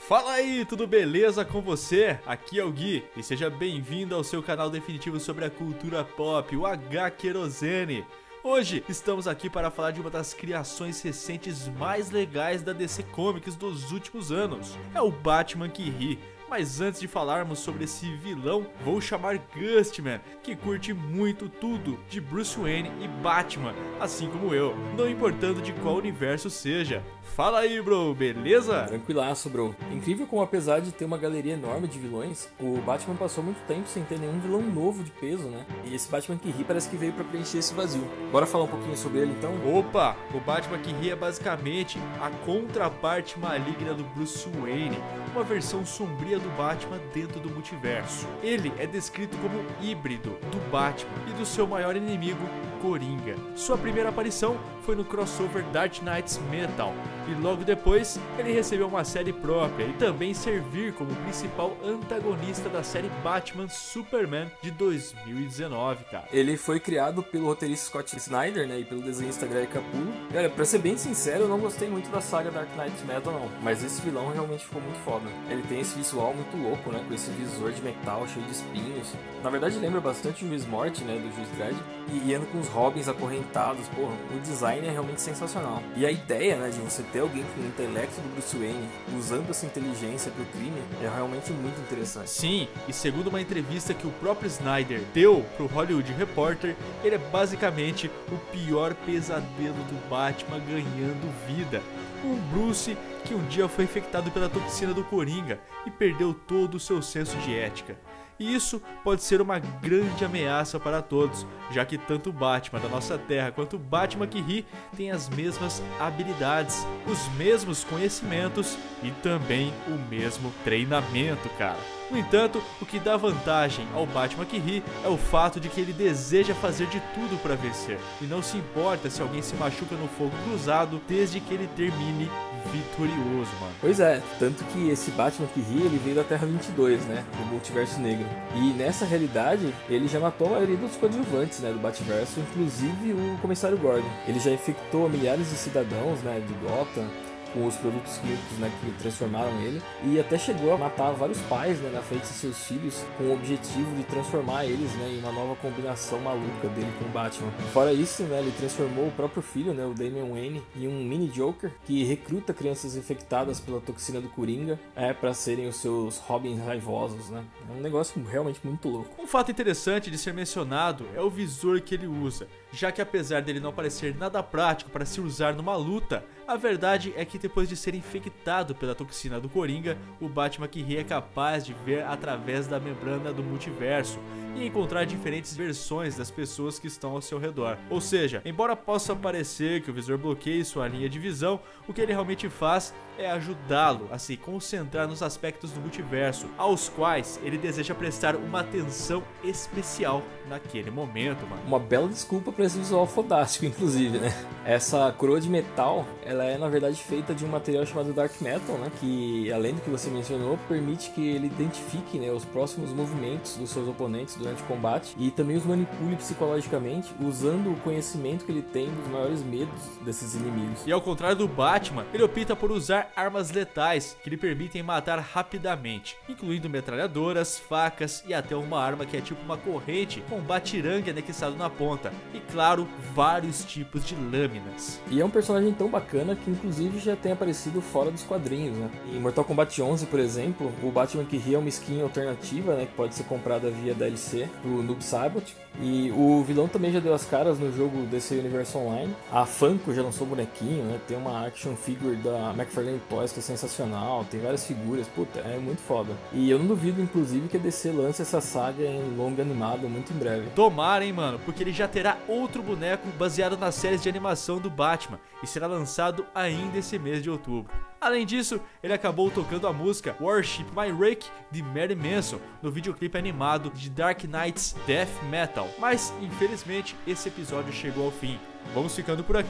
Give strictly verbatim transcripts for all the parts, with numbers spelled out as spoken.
Fala aí, tudo beleza com você? Aqui é o Gui e seja bem-vindo ao seu canal definitivo sobre a cultura pop, o H Querosene. Hoje estamos aqui para falar de uma das criações recentes mais legais da D C Comics dos últimos anos. É o Batman que ri. Mas antes de falarmos sobre esse vilão, vou chamar Gustman, que curte muito tudo de Bruce Wayne e Batman, assim como eu, não importando de qual universo seja. Fala aí, bro, beleza? Tranquilaço, bro. Incrível como, apesar de ter uma galeria enorme de vilões, o Batman passou muito tempo sem ter nenhum vilão novo de peso, né? E esse Batman que ri parece que veio pra preencher esse vazio. Bora falar um pouquinho sobre ele, então? Opa! O Batman que ri é basicamente a contraparte maligna do Bruce Wayne, uma versão sombria do Batman dentro do multiverso. Ele é descrito como híbrido do Batman e do seu maior inimigo, Coringa. Sua primeira aparição foi no crossover Dark Knight's Metal, e logo depois ele recebeu uma série própria e também servir como principal antagonista da série Batman Superman de dois mil e dezenove, cara. Ele foi criado pelo roteirista Scott Snyder, né, e pelo desenhista Greg Capullo. E olha, pra ser bem sincero, eu não gostei muito da saga Dark Knight's Metal, não, mas esse vilão realmente ficou muito foda. Ele tem esse visual muito louco, né, com esse visor de metal cheio de espinhos. Na verdade lembra bastante o Juiz Morte, né, do Juiz Dredd, e ando com os Robins acorrentados. Porra, o design é realmente sensacional. E a ideia, né, de você ter alguém com o intelecto do Bruce Wayne usando essa inteligência pro crime é realmente muito interessante. Sim, e segundo uma entrevista que o próprio Snyder deu pro Hollywood Reporter, ele é basicamente o pior pesadelo do Batman ganhando vida. Um Bruce que um dia foi infectado pela toxina do Coringa e perdeu todo o seu senso de ética. E isso pode ser uma grande ameaça para todos, já que tanto o Batman da nossa Terra quanto o Batman que ri têm as mesmas habilidades, os mesmos conhecimentos e também o mesmo treinamento, cara. No entanto, o que dá vantagem ao Batman que ri é o fato de que ele deseja fazer de tudo para vencer, e não se importa se alguém se machuca no fogo cruzado, desde que ele termine vitorioso, mano. Pois é, tanto que esse Batman que ri, ele veio da Terra vinte e dois, né, do Multiverso Negro. E nessa realidade, ele já matou a maioria dos coadjuvantes, né, do Bativerso, inclusive o Comissário Gordon. Ele já infectou milhares de cidadãos, né, de Gotham, com os produtos químicos, né, que transformaram ele, e até chegou a matar vários pais, né, na frente de seus filhos, com o objetivo de transformar eles, né, em uma nova combinação maluca dele com o Batman. Fora isso, né, ele transformou o próprio filho, né, o Damian Wayne, em um mini Joker que recruta crianças infectadas pela toxina do Coringa é, para serem os seus Robins raivosos, né. É um negócio realmente muito louco. Um fato interessante de ser mencionado é o visor que ele usa, já que apesar dele não parecer nada prático para se usar numa luta, a verdade é que depois de ser infectado pela toxina do Coringa, o Batman que ri é capaz de ver através da membrana do multiverso e encontrar diferentes versões das pessoas que estão ao seu redor. Ou seja, embora possa parecer que o visor bloqueie sua linha de visão, o que ele realmente faz é ajudá-lo a se concentrar nos aspectos do multiverso, aos quais ele deseja prestar uma atenção especial naquele momento, mano. Uma bela desculpa para esse visual fodástico, inclusive, né? Essa coroa de metal, ela é na verdade feita de um material chamado Dark Metal, né? Que, além do que você mencionou, permite que ele identifique, né, os próximos movimentos dos seus oponentes durante o combate e também os manipule psicologicamente, usando o conhecimento que ele tem dos maiores medos desses inimigos. E ao contrário do Batman, ele opta por usar armas letais que lhe permitem matar rapidamente, incluindo metralhadoras, facas e até uma arma que é tipo uma corrente com um batirangue anexado na ponta, e claro, vários tipos de lâminas. E é um personagem tão bacana que inclusive já tem aparecido fora dos quadrinhos, né? Em Mortal Kombat onze, por exemplo, o Batman que ri é uma skin alternativa, né, que pode ser comprada via D L C pro Noob Saibot. E o vilão também já deu as caras no jogo D C Universe Online. A Funko já lançou bonequinho, né? Tem uma action figure da McFarlane Toys que é sensacional, tem várias figuras, puta, é muito foda. E eu não duvido, inclusive, que a D C lance essa saga em longa animado muito em breve. Tomara, hein, mano, porque ele já terá outro boneco baseado nas séries de animação do Batman e será lançado ainda esse mês de outubro. Além disso, ele acabou tocando a música Worship My Rake de Mary Manson no videoclipe animado de Dark Knight's Death Metal. Mas, infelizmente, esse episódio chegou ao fim. Vamos ficando por aqui.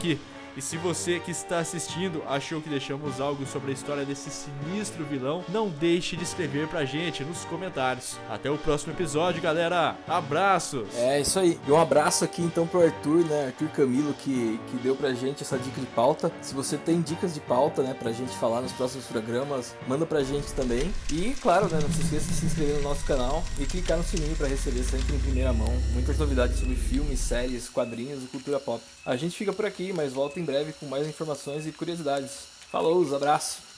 E se você que está assistindo achou que deixamos algo sobre a história desse sinistro vilão, não deixe de escrever pra gente nos comentários. Até o próximo episódio, galera. Abraços! É isso aí. E um abraço aqui então pro Arthur, né? Arthur Camilo, que, que deu pra gente essa dica de pauta. Se você tem dicas de pauta, né, pra gente falar nos próximos programas, manda pra gente também. E claro, né, não se esqueça de se inscrever no nosso canal e clicar no sininho pra receber sempre em primeira mão muitas novidades sobre filmes, séries, quadrinhos e cultura pop. A gente fica por aqui, mas volta em breve com mais informações e curiosidades. Falou, abraço!